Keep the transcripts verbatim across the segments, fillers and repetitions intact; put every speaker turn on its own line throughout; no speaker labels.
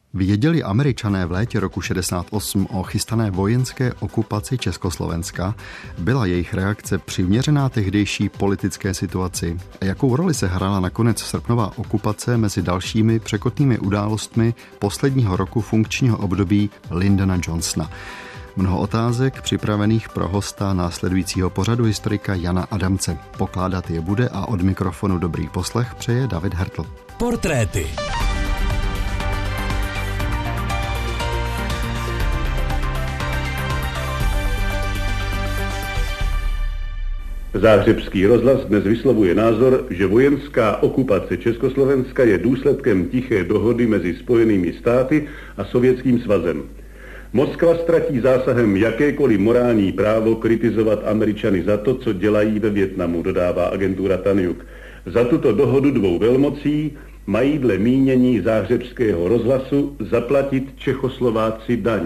Věděli Američané v létě roku šedesát osm o chystané vojenské okupaci Československa? Byla jejich reakce přiměřená tehdejší politické situaci? A jakou roli se hrála nakonec srpnová okupace mezi dalšími překotnými událostmi posledního roku funkčního období Lyndona Johnsona? Mnoho otázek připravených pro hosta následujícího pořadu historika Jana Adamce. Pokládat je bude a od mikrofonu dobrý poslech přeje David Hertl.
Portréty.
Záhřebský rozhlas dnes vyslovuje názor, že vojenská okupace Československa je důsledkem tiché dohody mezi Spojenými státy a Sovětským svazem. Moskva ztratí zásahem jakékoliv morální právo kritizovat Američany za to, co dělají ve Vietnamu, dodává agentura Tanjug. Za tuto dohodu dvou velmocí mají dle mínění záhřebského rozhlasu zaplatit Čechoslováci daň.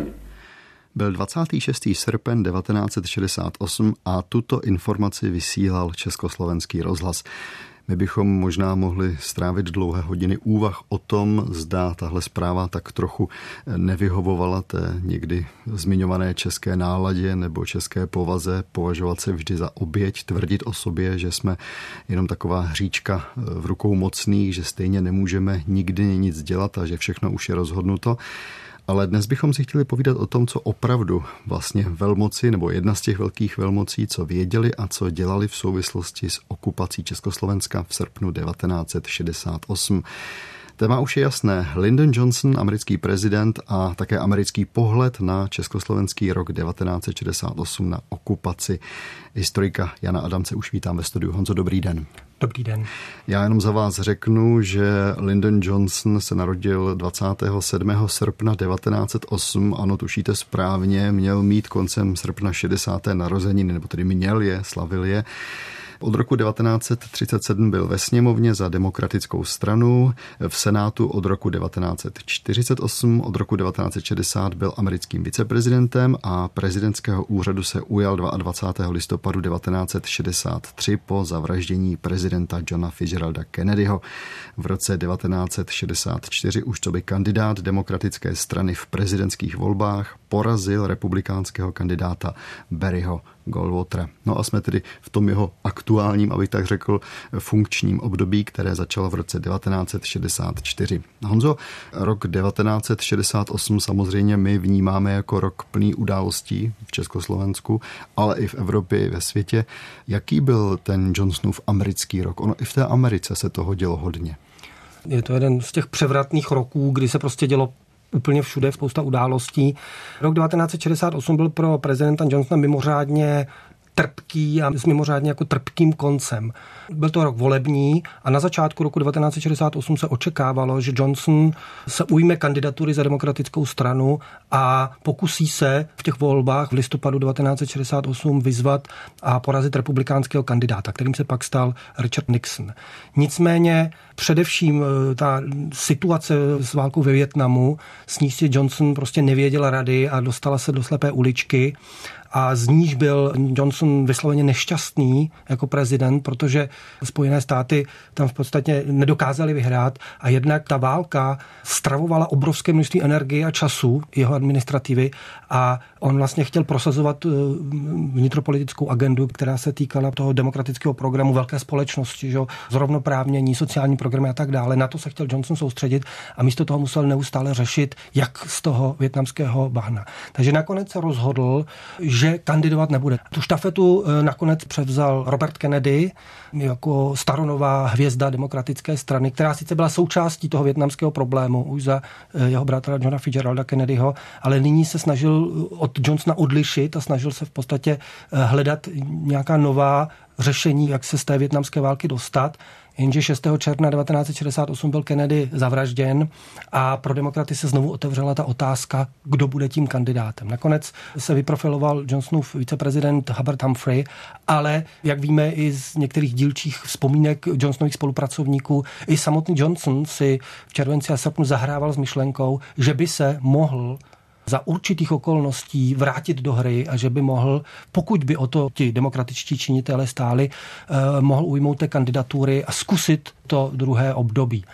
Byl dvacátého šestého srpen devatenáct set šedesát osm a tuto informaci vysílal Československý rozhlas. My bychom možná mohli strávit dlouhé hodiny úvah o tom, zda tahle zpráva tak trochu nevyhovovala té někdy zmiňované české náladě nebo české povaze, považovat se vždy za oběť, tvrdit o sobě, že jsme jenom taková hříčka v rukou mocných, že stejně nemůžeme nikdy nic dělat a že všechno už je rozhodnuto. Ale dnes bychom si chtěli povídat o tom, co opravdu vlastně velmoci nebo jedna z těch velkých velmocí, co věděli a co dělali v souvislosti s okupací Československa v srpnu devatenáct set šedesát osm. Téma už je jasné. Lyndon Johnson, americký prezident a také americký pohled na československý rok devatenáct set šedesát osm, na okupaci. Historika Jana Adamce už vítám ve studiu. Honzo, dobrý den.
Dobrý den.
Já jenom za vás řeknu, že Lyndon Johnson se narodil dvacátého sedmého srpna devatenáct set osm, ano, tušíte správně, měl mít koncem srpna šedesáté narozeniny, nebo tedy měl je, slavil je. Od roku devatenáct set třicet sedm byl ve sněmovně za demokratickou stranu, v senátu od roku devatenáct set čtyřicet osm, od roku devatenáct set šedesát byl americkým viceprezidentem a prezidentského úřadu se ujal dvacátého druhého listopadu devatenáct set šedesát tři po zavraždění prezidenta Johna Fitzgeralda Kennedyho. V roce devatenáct set šedesát čtyři už to by kandidát demokratické strany v prezidentských volbách porazil republikánského kandidáta Barryho Goldwatera. No a jsme tedy v tom jeho aktuálním, abych tak řekl, funkčním období, které začalo v roce devatenáct set šedesát čtyři. Honzo, rok devatenáct set šedesát osm samozřejmě my vnímáme jako rok plný událostí v Československu, ale i v Evropě, i ve světě. Jaký byl ten Johnsonův americký rok? Ono i v té Americe se toho dělo hodně.
Je to jeden z těch převratných roků, kdy se prostě dělo úplně všude, spousta událostí. Rok devatenáct set šedesát osm byl pro prezidenta Johnsona mimořádně trpký a s mimořádně jako trpkým koncem. Byl to rok volební a na začátku roku devatenáct set šedesát osm se očekávalo, že Johnson se ujme kandidatury za demokratickou stranu a pokusí se v těch volbách v listopadu devatenáct set šedesát osm vyzvat a porazit republikánského kandidáta, kterým se pak stal Richard Nixon. Nicméně především ta situace s válkou ve Vietnamu, s níž si Johnson prostě nevěděl rady a dostala se do slepé uličky, a z níž byl Johnson vysloveně nešťastný jako prezident, protože Spojené státy tam v podstatě nedokázali vyhrát a jednak ta válka stravovala obrovské množství energie a času jeho administrativy a on vlastně chtěl prosazovat vnitropolitickou agendu, která se týkala toho demokratického programu velké společnosti, že? Zrovnoprávnění, sociální programy a tak dále. Na to se chtěl Johnson soustředit a místo toho musel neustále řešit, jak z toho vietnamského bahna. Takže nakonec se rozhodl, že kandidovat nebude. Tu štafetu nakonec převzal Robert Kennedy jako staronová hvězda demokratické strany, která sice byla součástí toho vietnamského problému už za jeho bratra Johna Fitzgeralda Kennedyho, ale nyní se snažil od Johnsona odlišit a snažil se v podstatě hledat nějaká nová řešení, jak se z té vietnamské války dostat. Jenže šestého června devatenáct set šedesát osm byl Kennedy zavražděn a pro demokraty se znovu otevřela ta otázka, kdo bude tím kandidátem. Nakonec se vyprofiloval Johnsonův viceprezident Hubert Humphrey, ale jak víme i z některých dílčích vzpomínek Johnsonových spolupracovníků, i samotný Johnson si v červenci a srpnu zahrával s myšlenkou, že by se mohl za určitých okolností vrátit do hry a že by mohl, pokud by o to ti demokratičtí činitelé stáli, eh, mohl ujmout té kandidatury a zkusit to druhé období.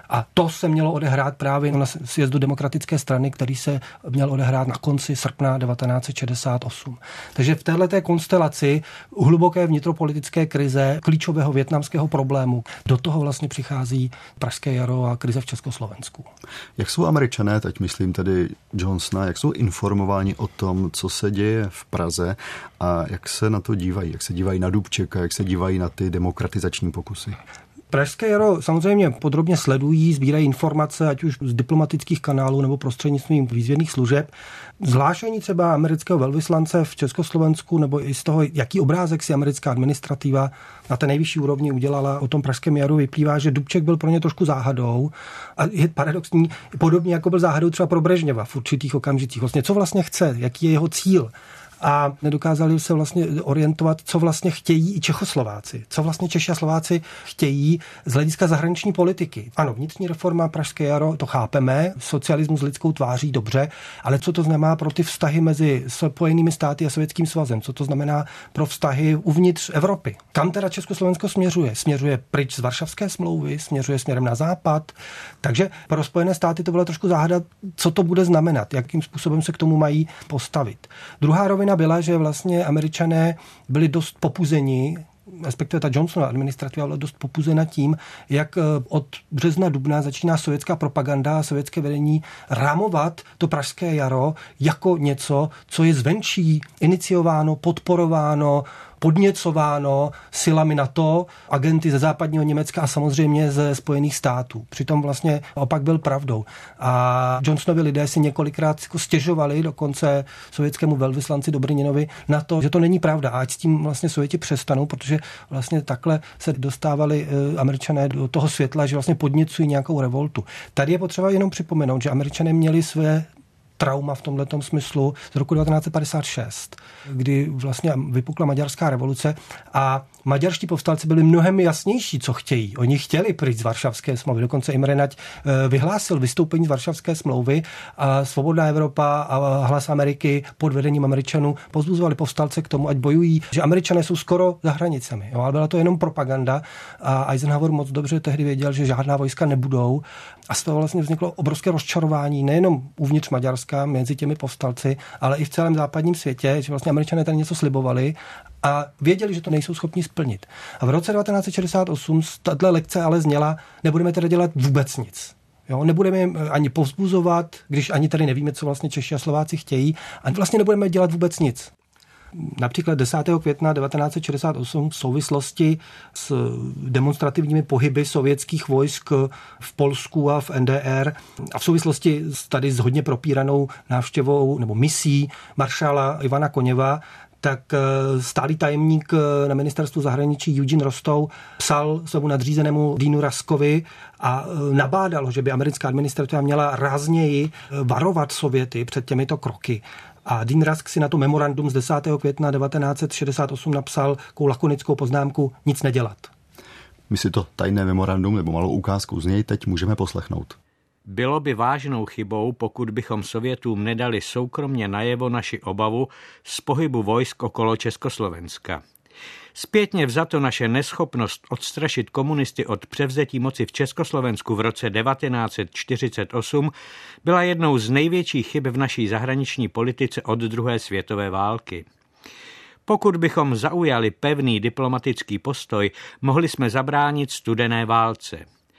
A to se mělo odehrát právě na sjezdu Demokratické strany, který se měl odehrát na konci srpna devatenáct set šedesát osm. Takže v téhleté konstelaci hluboké vnitropolitické krize, klíčového vietnamského problému, do toho vlastně přichází Pražské jaro a krize v Československu.
Jak jsou Američané, teď myslím tedy Johnsona, jak jsou informováni o tom, co se děje v Praze a jak se na to dívají, jak se dívají na Dubčeka, jak se dívají na ty demokratizační pokusy?
Pražské jaro samozřejmě podrobně sledují, sbírají informace, ať už z diplomatických kanálů nebo prostřednictvím výzvědných služeb. Zvlášení třeba amerického velvyslance v Československu nebo i z toho, jaký obrázek si americká administrativa na té nejvyšší úrovni udělala o tom Pražském jaru, vyplývá, že Dubček byl pro ně trošku záhadou a je paradoxní, podobně jako byl záhadou třeba pro Brežněva v určitých okamžicích. Vlastně, co vlastně chce, jaký je jeho cíl. A nedokázali se vlastně orientovat, co vlastně chtějí i Čechoslováci. Co vlastně Češi a Slováci chtějí z hlediska zahraniční politiky. Ano, vnitřní reforma, Pražské jaro, to chápeme, socialismus s lidskou tváří, dobře, ale co to znamená pro ty vztahy mezi Spojenými státy a Sovětským svazem? Co to znamená pro vztahy uvnitř Evropy? Kam teda Československo směřuje? Směřuje pryč z Varšavské smlouvy, směřuje směrem na západ. Takže pro Spojené státy to bylo trošku záhada, co to bude znamenat, jakým způsobem se k tomu mají postavit. Druhá rovina byla, že vlastně Američané byli dost popuzeni, respektive ta Johnsonova administrativa byla dost popuzena tím, jak od března, dubna začíná sovětská propaganda a sovětské vedení rámovat to Pražské jaro jako něco, co je zvenčí iniciováno, podporováno, podněcováno silami NATO, agenty ze západního Německa a samozřejmě ze Spojených států. Přitom vlastně opak byl pravdou. A Johnsonovi lidé si několikrát stěžovali dokonce sovětskému velvyslanci Dobryninovi na to, že to není pravda. A ať s tím vlastně Sověti přestanou, protože vlastně takhle se dostávali Američané do toho světla, že vlastně podněcují nějakou revoltu. Tady je potřeba jenom připomenout, že Američané měli své trauma v tomhletom smyslu z roku devatenáct set padesát šest, kdy vlastně vypukla maďarská revoluce a maďarští povstalci byli mnohem jasnější, co chtějí. Oni chtěli pryč z Varšavské smlouvy. Dokonce Imre Nagy vyhlásil vystoupení z Varšavské smlouvy a Svobodná Evropa a Hlas Ameriky pod vedením Američanů povzbuzovali povstalce k tomu, ať bojují, že Američané jsou skoro za hranicemi. Jo, ale byla to jenom propaganda a Eisenhower moc dobře tehdy věděl, že žádná vojska nebudou a z toho vlastně vzniklo obrovské rozčarování nejenom uvnitř Maďarska mezi těmi povstalci, ale i v celém západním světě, že vlastně Američané tady něco slibovali a věděli, že to nejsou schopni splnit. A v roce devatenáct set šedesát osm tato lekce ale zněla, nebudeme teda dělat vůbec nic. Jo, nebudeme jim ani povzbuzovat, když ani tady nevíme, co vlastně Češi a Slováci chtějí, a vlastně nebudeme dělat vůbec nic. Například desátého května devatenáct set šedesát osm v souvislosti s demonstrativními pohyby sovětských vojsk v Polsku a v N D R a v souvislosti tady s hodně propíranou návštěvou nebo misí maršála Ivana Koněva, tak stálý tajemník na ministerstvu zahraničí Eugene Rostow psal svému nadřízenému Deanu Ruskovi a nabádal, že by americká administrativa měla rázněji varovat Sověty před těmito kroky. A Dean Rusk si na to memorandum z desátého května devatenáct set šedesát osm napsal takovou lakonickou poznámku nic nedělat.
My si to tajné memorandum nebo malou ukázku z něj teď můžeme poslechnout.
Bylo by vážnou chybou, pokud bychom Sovětům nedali soukromně najevo naši obavu z pohybu vojsk okolo Československa. Zpětně vzato naše neschopnost odstrašit komunisty od převzetí moci v Československu v roce devatenáct set čtyřicet osm byla jednou z největších chyb v naší zahraniční politice od druhé světové války. Pokud bychom zaujali pevný diplomatický postoj, mohli jsme zabránit studené válce.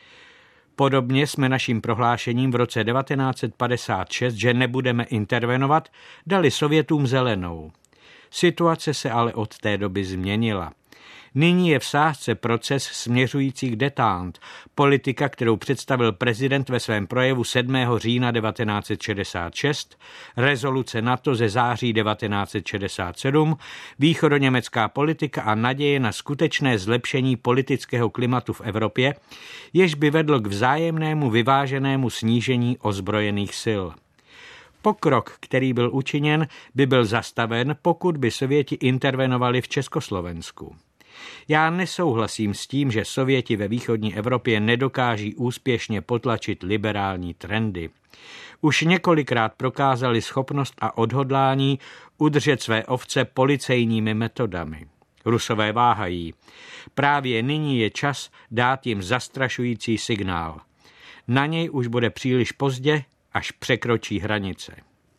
Podobně jsme naším prohlášením v roce devatenáct set padesát šest, že nebudeme intervenovat, dali Sovětům zelenou. Situace se ale od té doby změnila. Nyní je v sázce proces směřující k détente, politika, kterou představil prezident ve svém projevu sedmého října devatenáct set šedesát šest, rezoluce NATO ze září devatenáct set šedesát sedm, východoněmecká politika a naděje na skutečné zlepšení politického klimatu v Evropě, jež by vedlo k vzájemnému vyváženému snížení ozbrojených sil. Pokrok, který byl učiněn, by byl zastaven, pokud by Sověti intervenovali v Československu. Já nesouhlasím s tím, že Sověti ve východní Evropě nedokáží úspěšně potlačit liberální trendy. Už několikrát prokázali schopnost a odhodlání udržet své ovce policejními metodami. Rusové váhají. Právě nyní je čas dát jim zastrašující signál. Na něj už bude příliš pozdě, až překročí hranice.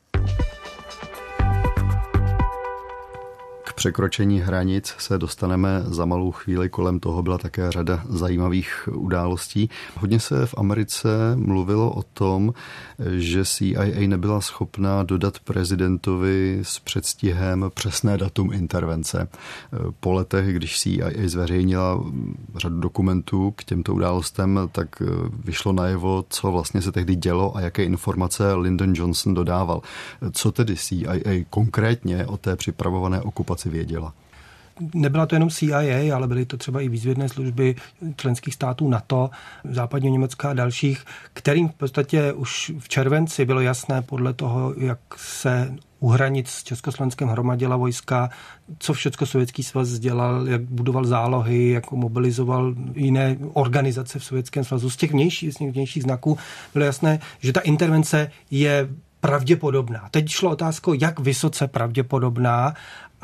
K překročení hranic se dostaneme za malou chvíli, kolem toho byla také řada zajímavých událostí. Hodně se v Americe mluvilo o tom, že C I A nebyla schopná dodat prezidentovi s předstihem přesné datum intervence. Po letech, když C I A zveřejnila řadu dokumentů k těmto událostem, tak vyšlo najevo, co vlastně se tehdy dělo a jaké informace Lyndon Johnson dodával. Co tedy C I A konkrétně o té připravované okupaci věděla?
Nebyla to jenom C I A, ale byly to třeba i výzvědné služby členských států NATO, západního Německa a dalších, kterým v podstatě už v červenci bylo jasné podle toho, jak se u hranic s Československem hromadila vojska, co všechno Sovětský svaz dělal, jak budoval zálohy, jak mobilizoval jiné organizace v Sovětském svazu. Z těch vnějších, z těch vnějších znaků bylo jasné, že ta intervence je pravděpodobná. Teď šlo otázkou, jak vysoce pravděpodobná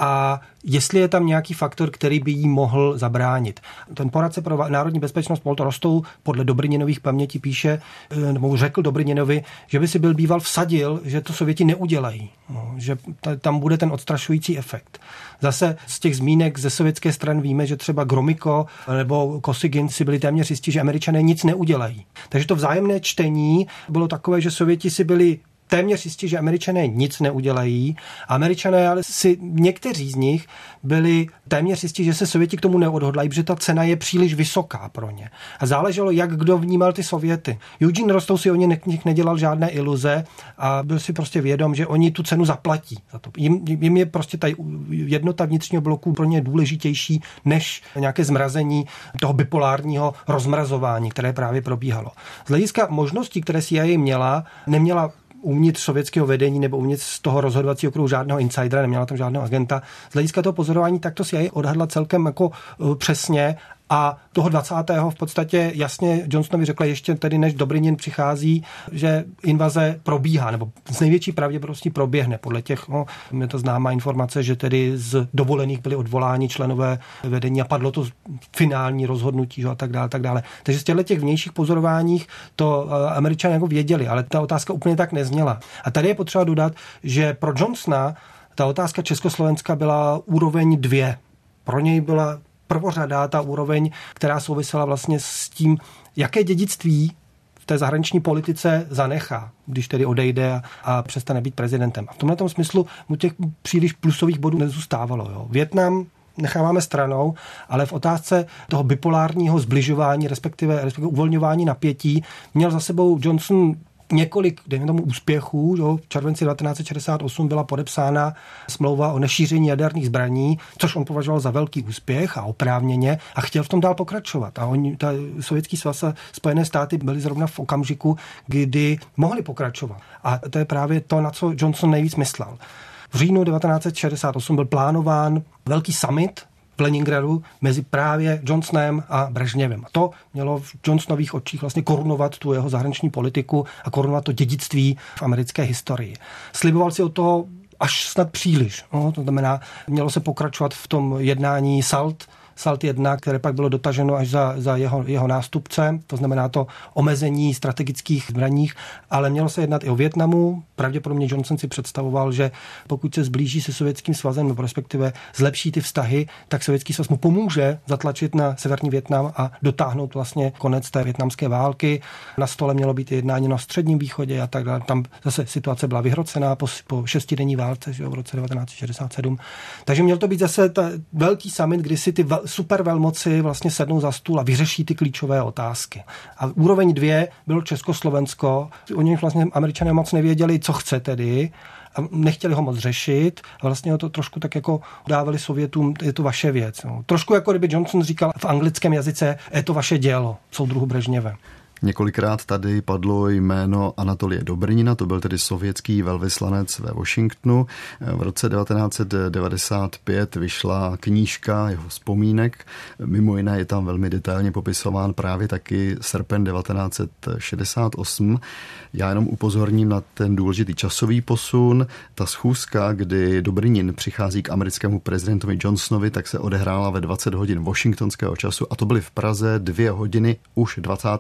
a jestli je tam nějaký faktor, který by jí mohl zabránit. Ten poradce pro národní bezpečnost Walter Rostou podle Dobryninových pamětí píše, nebo řekl Dobryninovi, že by si byl býval vsadil, že to Sověti neudělají. No, že tam bude ten odstrašující efekt. Zase z těch zmínek ze sovětské strany víme, že třeba Gromyko nebo Kosygin si byli téměř jistí, že Američané nic neudělají. Takže to vzájemné čtení bylo takové, že Sověti si byli téměř jistí, že Američané nic neudělají. Američané, ale si někteří z nich byli téměř jistí, že se Sověti k tomu neodhodlají, protože ta cena je příliš vysoká pro ně. A záleželo, jak kdo vnímal ty Sověty. Eugene Rostow si o ně nedělal žádné iluze a byl si prostě vědom, že oni tu cenu zaplatí. Za to. Jim, jim je prostě ta jednota vnitřního bloku pro ně důležitější než nějaké zmrazení toho bipolárního rozmrazování, které právě probíhalo. Z hlediska možností, které C I A měla, neměla uvnitř sovětského vedení nebo uvnitř z toho rozhodovacího kruhu žádného insidera, neměla tam žádného agenta. Z hlediska toho pozorování takto C I A odhadla celkem jako přesně a toho dvacátého v podstatě jasně Johnsonovi řekla ještě tedy, než Dobrynin přichází, že invaze probíhá, nebo z největší pravděpodobností proběhne. Podle těch, no, je to známá informace, že tedy z dovolených byli odvoláni členové vedení a padlo to finální rozhodnutí, že, a tak dále, tak dále. Takže z těchto těch vnějších pozorováních to Američané jako věděli, ale ta otázka úplně tak nezněla. A tady je potřeba dodat, že pro Johnsona ta otázka Československa byla úroveň dvě. Pro něj byla prvořadá ta úroveň, která souvisela vlastně s tím, jaké dědictví v té zahraniční politice zanechá, když tedy odejde a, a přestane být prezidentem. A v tomhle smyslu mu těch příliš plusových bodů nezůstávalo. Jo. Vietnam necháváme stranou, ale v otázce toho bipolárního zbližování, respektive, respektive uvolňování napětí, měl za sebou Johnson několik, dejme tomu, úspěchů. Jo. V červenci devatenáct set šedesát osm byla podepsána smlouva o nešíření jaderných zbraní, což on považoval za velký úspěch a oprávněně a chtěl v tom dál pokračovat. A oni, ta Sovětský svaz a Spojené státy byly zrovna v okamžiku, kdy mohli pokračovat. A to je právě to, na co Johnson nejvíc myslel. V říjnu devatenáct set šedesát osm byl plánován velký summit v Leningradu mezi právě Johnsonem a Brežněvem. A to mělo v Johnsonových očích vlastně korunovat tu jeho zahraniční politiku a korunovat to dědictví v americké historii. Sliboval si od toho až snad příliš. No, to znamená, mělo se pokračovat v tom jednání SALT, SALT jedna, které pak bylo dotaženo až za, za jeho, jeho nástupce, to znamená to omezení strategických zbraních, ale mělo se jednat i o Vietnamu. Pravděpodobně Johnson si představoval, že pokud se zblíží se Sovětským svazem, nebo respektive zlepší ty vztahy, tak Sovětský svaz mu pomůže zatlačit na severní Vietnam a dotáhnout vlastně konec té vietnamské války. Na stole mělo být jednání na Středním východě a tak dále. Tam zase situace byla vyhrocená po, po šestidenní válce, že v roce devatenáct set šedesát sedm. Takže měl to být zase ta velký summit, kdy si ty supervelmoci vlastně sednou za stůl a vyřeší ty klíčové otázky. A úroveň dvě bylo Československo. Oni vlastně Američané moc nevěděli, co chce tedy, a nechtěli ho moc řešit a vlastně to trošku tak jako dávali Sovětům, je to vaše věc. No. Trošku jako kdyby Johnson říkal v anglickém jazyce, je to vaše dělo, soudruhu Brežněve.
Několikrát tady padlo jméno Anatolie Dobrynina, to byl tedy sovětský velvyslanec ve Washingtonu. V roce devatenáct set devadesát pět vyšla knížka jeho vzpomínek. Mimo jiné je tam velmi detailně popisován právě taky srpen devatenáct set šedesát osm. Já jenom upozorním na ten důležitý časový posun. Ta schůzka, kdy Dobrynin přichází k americkému prezidentovi Johnsonovi, tak se odehrála ve dvacet hodin washingtonského času a to byly v Praze dvě hodiny už dvacátého prvního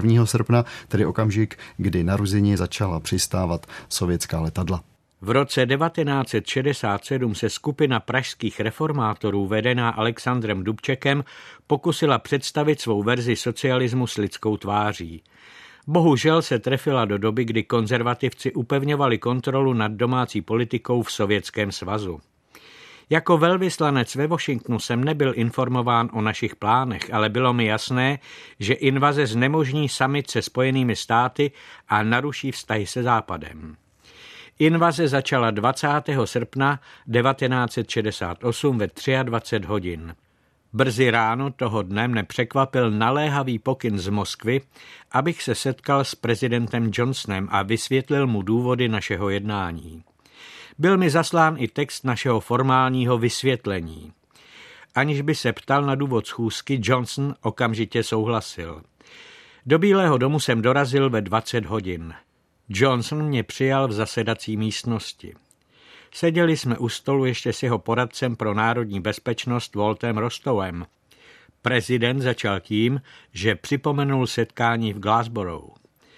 prvního srpna, tedy okamžik, kdy na Ruzyni začala přistávat sovětská letadla.
V roce devatenáct set šedesát sedm se skupina pražských reformátorů vedená Alexandrem Dubčekem pokusila představit svou verzi socialismu s lidskou tváří. Bohužel se trefila do doby, kdy konzervativci upevňovali kontrolu nad domácí politikou v Sovětském svazu. Jako velvyslanec ve Washingtonu jsem nebyl informován o našich plánech, ale bylo mi jasné, že invaze znemožní summit se Spojenými státy a naruší vztahy se Západem. Invaze začala dvacátého srpna devatenáct set šedesát osm ve dvacet tři hodin. Brzy ráno toho dne mne překvapil naléhavý pokyn z Moskvy, abych se setkal s prezidentem Johnsonem a vysvětlil mu důvody našeho jednání. Byl mi zaslán i text našeho formálního vysvětlení. Aniž by se ptal na důvod schůzky, Johnson okamžitě souhlasil. Do Bílého domu jsem dorazil ve dvacet hodin. Johnson mě přijal v zasedací místnosti. Seděli jsme u stolu ještě s jeho poradcem pro národní bezpečnost Waltem Rostowem. Prezident začal tím, že připomenul setkání v Glassboro.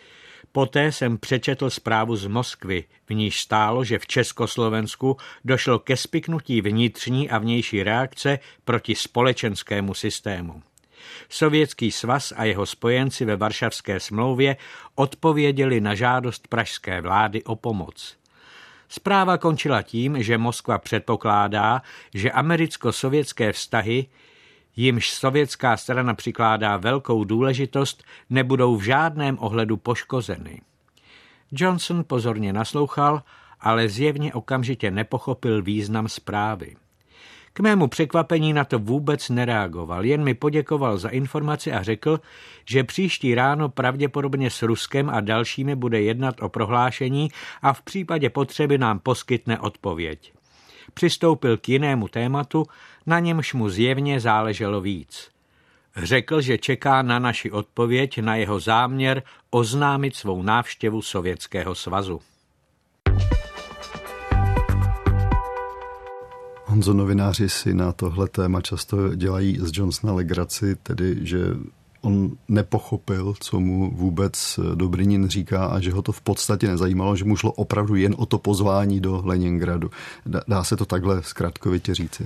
Poté jsem přečetl zprávu z Moskvy, v níž stálo, že v Československu došlo ke spiknutí vnitřní a vnější reakce proti společenskému systému. Sovětský svaz a jeho spojenci ve Varšavské smlouvě odpověděli na žádost pražské vlády o pomoc. Zpráva končila tím, že Moskva předpokládá, že americko-sovětské vztahy, jimž sovětská strana přikládá velkou důležitost, nebudou v žádném ohledu poškozeny. Johnson pozorně naslouchal, ale zjevně okamžitě nepochopil význam zprávy. K mému překvapení na to vůbec nereagoval, jen mi poděkoval za informaci a řekl, že příští ráno pravděpodobně s Ruskem a dalšími bude jednat o prohlášení a v případě potřeby nám poskytne odpověď. Přistoupil k jinému tématu, na němž mu zjevně záleželo víc. Řekl, že čeká na naši odpověď na jeho záměr oznámit svou návštěvu Sovětského svazu.
Honzo, novináři si na tohle téma často dělají z Johnsona legraci, tedy že on nepochopil, co mu vůbec Dobrynin říká a že ho to v podstatě nezajímalo, že mu šlo opravdu jen o to pozvání do Leningradu. Dá se to takhle zkratkovitě říci?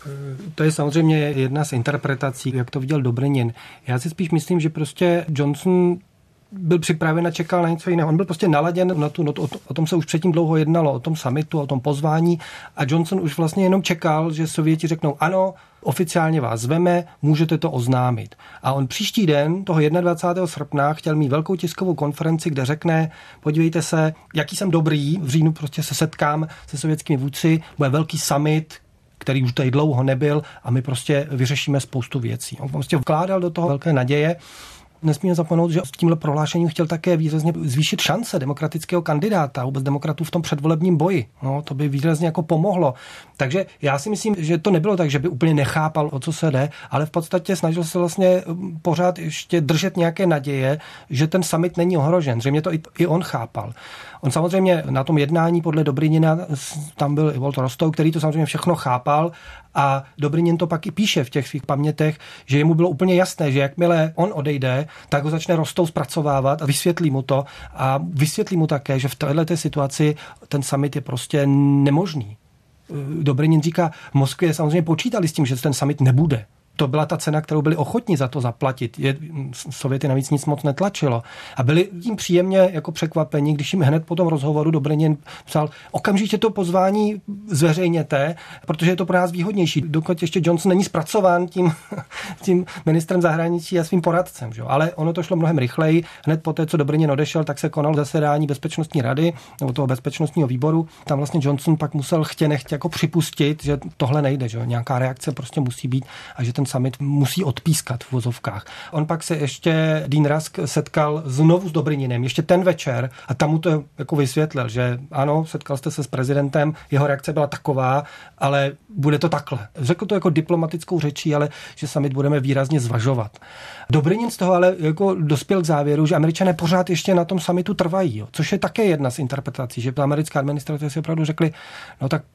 To je samozřejmě jedna z interpretací, jak to viděl Dobrynin. Já si spíš myslím, že prostě Johnson byl připraven a čekal na něco jiného. On byl prostě naladěn na tu notu, o tom se už předtím dlouho jednalo, o tom summitu, o tom pozvání a Johnson už vlastně jenom čekal, že Sověti řeknou ano, oficiálně vás zveme, můžete to oznámit. A on příští den, toho dvacátého prvního srpna, chtěl mít velkou tiskovou konferenci, kde řekne, podívejte se, jaký jsem dobrý, v říjnu prostě se setkám se sovětskými vůdci, bude velký summit, který už tady dlouho nebyl a my prostě vyřešíme spoustu věcí. On prostě vkládal do toho velké naděje. Nesmíme zapomenout, že s tímhle prohlášením chtěl také výrazně zvýšit šance demokratického kandidáta, vůbec demokratů v tom předvolebním boji. No, to by výrazně jako pomohlo. Takže já si myslím, že to nebylo tak, že by úplně nechápal, o co se jde, ale v podstatě snažil se vlastně pořád ještě držet nějaké naděje, že ten summit není ohrožen. Zřejmě to i, i on chápal. On samozřejmě na tom jednání podle Dobrynina, tam byl i Walter Rostow, který to samozřejmě všechno chápal a Dobrynin to pak i píše v těch svých pamětech, že jemu bylo úplně jasné, že jakmile on odejde, tak ho začne Rostow zpracovávat a vysvětlí mu to a vysvětlí mu také, že v této situaci ten summit je prostě nemožný. Dobrynin říká, v Moskvě samozřejmě počítali s tím, že ten summit nebude. To byla ta cena, kterou byli ochotni za to zaplatit. Je, Sověty navíc nic moc netlačilo. A byli tím příjemně jako překvapení, když jim hned po tom rozhovoru Dobrynin psal, okamžitě to pozvání zveřejněte, protože je to pro nás výhodnější, dokud ještě Johnson není zpracován tím, tím ministrem zahraničí a svým poradcem. Že? Ale ono to šlo mnohem rychleji. Hned po té, co Dobrynin odešel, tak se konalo zasedání bezpečnostní rady nebo toho bezpečnostního výboru. Tam vlastně Johnson pak musel chtě nechtě jako připustit, že tohle nejde, že nějaká reakce prostě musí být a že ten summit musí odpískat v vozovkách. On pak se ještě Dean Rusk setkal znovu s Dobryninem, ještě ten večer a tam mu to jako vysvětlil, že ano, setkal jste se s prezidentem, jeho reakce byla taková, ale bude to takhle. Řekl to jako diplomatickou řečí, ale že summit budeme výrazně zvažovat. Dobrynin z toho ale jako dospěl k závěru, že Američané pořád ještě na tom summitu trvají, jo, což je také jedna z interpretací, že americká administrativa si opravdu řekli, no tak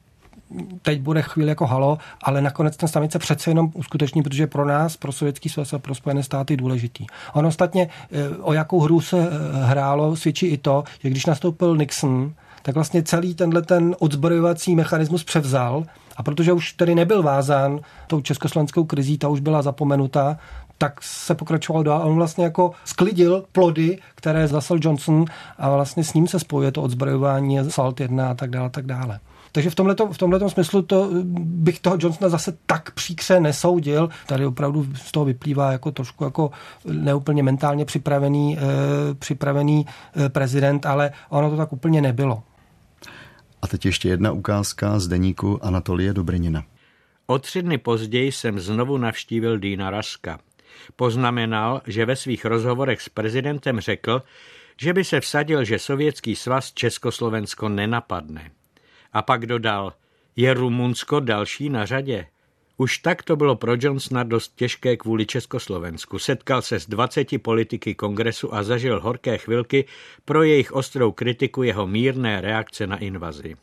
teď bude chvíli jako halo, ale nakonec ten summit se přece jenom uskuteční, protože pro nás, pro Sovětský svaz a pro Spojené státy důležitý. On ostatně, o jakou hru se hrálo, svědčí i to, že když nastoupil Nixon, tak vlastně celý tenhle ten odzbrojovací mechanismus převzal a protože už tedy nebyl vázán tou československou krizí, ta už byla zapomenuta, tak se pokračovalo dál. On vlastně jako sklidil plody, které zasel Johnson a vlastně s ním se spojuje to odzbrojování SALT jedna a tak dále, tak dále. Takže v tomhletom, v tomhletom smyslu to, bych toho Johnsona zase tak příkře nesoudil. Tady opravdu z toho vyplývá jako trošku jako neúplně mentálně připravený, eh, připravený eh, prezident, ale ono to tak úplně nebylo.
A teď ještě jedna ukázka z deníku Anatolie Dobrynina.
O tři dny později jsem znovu navštívil Deana Ruska. Poznamenal, že ve svých rozhovorech s prezidentem řekl, že by se vsadil, že Sovětský svaz Československo nenapadne. A pak dodal, je Rumunsko další na řadě? Už tak to bylo pro Johnsona dost těžké kvůli Československu. Setkal se s dvaceti politiky kongresu a zažil horké chvilky pro jejich ostrou kritiku jeho mírné reakce na invazi.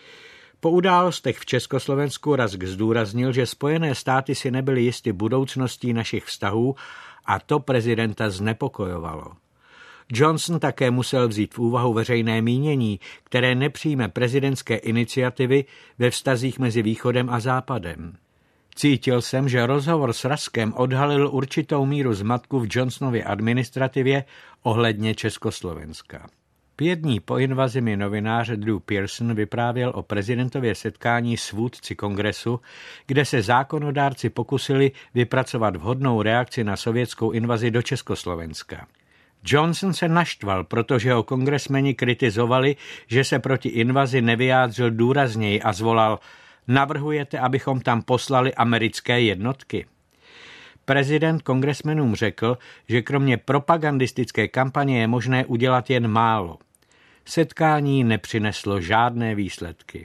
Po událostech v Československu Rusk zdůraznil, že Spojené státy si nebyly jisty budoucností našich vztahů a to prezidenta znepokojovalo. Johnson také musel vzít v úvahu veřejné mínění, které nepřijme prezidentské iniciativy ve vztazích mezi Východem a Západem. Cítil jsem, že rozhovor s Ruskem odhalil určitou míru zmatku v Johnsonově administrativě ohledně Československa. Pět dní po invazi mi novinář Drew Pearson vyprávěl o prezidentově setkání s vůdci kongresu, kde se zákonodárci pokusili vypracovat vhodnou reakci na sovětskou invazi do Československa. Johnson se naštval, protože ho kongresmeni kritizovali, že se proti invazi nevyjádřil důrazněji a zvolal: navrhujete, abychom tam poslali americké jednotky? Prezident kongresmenům řekl, že kromě propagandistické kampaně je možné udělat jen málo. Setkání nepřineslo žádné výsledky.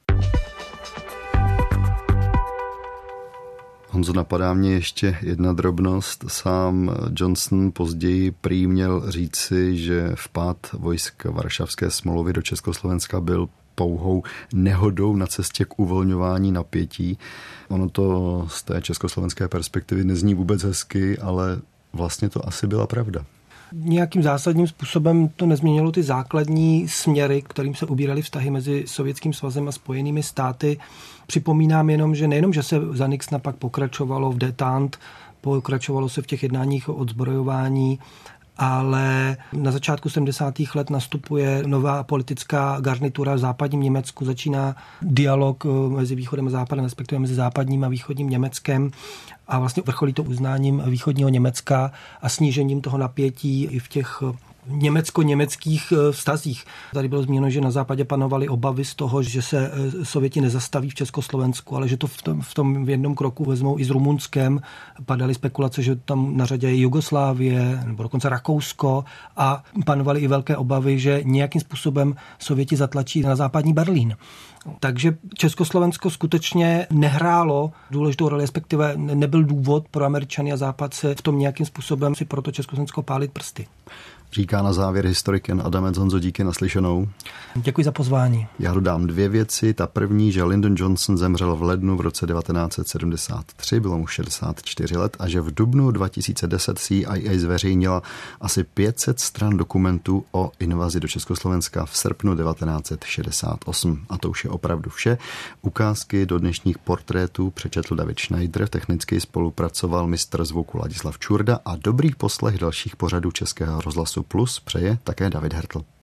Honzo, napadá mě ještě jedna drobnost. Sám Johnson později prý měl říci, že vpád vojsk Varšavské smlouvy do Československa byl pouhou nehodou na cestě k uvolňování napětí. Ono to z té československé perspektivy nezní vůbec hezky, ale vlastně to asi byla pravda.
Nějakým zásadním způsobem to nezměnilo ty základní směry, kterým se ubíraly vztahy mezi Sovětským svazem a Spojenými státy. Připomínám jenom, že nejenom, že se za Nixona pak pokračovalo v détente, pokračovalo se v těch jednáních o odzbrojování, ale na začátku sedmdesátých let nastupuje nová politická garnitura v západním Německu, začíná dialog mezi východem a západem, respektive mezi západním a východním Německem a vlastně vrcholí to uznáním východního Německa a snížením toho napětí i v těch německo-německých vztazích. Tady bylo zmíněno, že na západě panovaly obavy z toho, že se Sověti nezastaví v Československu, ale že to v tom, v tom v jednom kroku vezmou i s Rumunskem. Padaly spekulace, že tam na řadě je Jugoslávie nebo dokonce Rakousko a panovaly i velké obavy, že nějakým způsobem Sověti zatlačí na západní Berlín. Takže Československo skutečně nehrálo důležitou roli, respektive nebyl důvod pro Američany a Západ se v tom nějakým způsobem si proto Československo pálit prsty.
Říká na závěr historik Jan Adamec. Honzo, díky, naslyšenou.
Děkuji za pozvání. Já
dodám dvě věci. Ta první, že Lyndon Johnson zemřel v lednu v roce devatenáct set sedmdesát tři, bylo mu šedesát čtyři let, a že v dubnu dva tisíce deset C I A zveřejnila asi pět set stran dokumentů o invazi do Československa v srpnu devatenáct set šedesát osm. A to už je opravdu vše. Ukázky do dnešních portrétů přečetl David Schneider, technicky spolupracoval mistr zvuku Ladislav Čurda a dobrý poslech dalších pořadů Českého rozhlasu Plus přeje také David Hertl.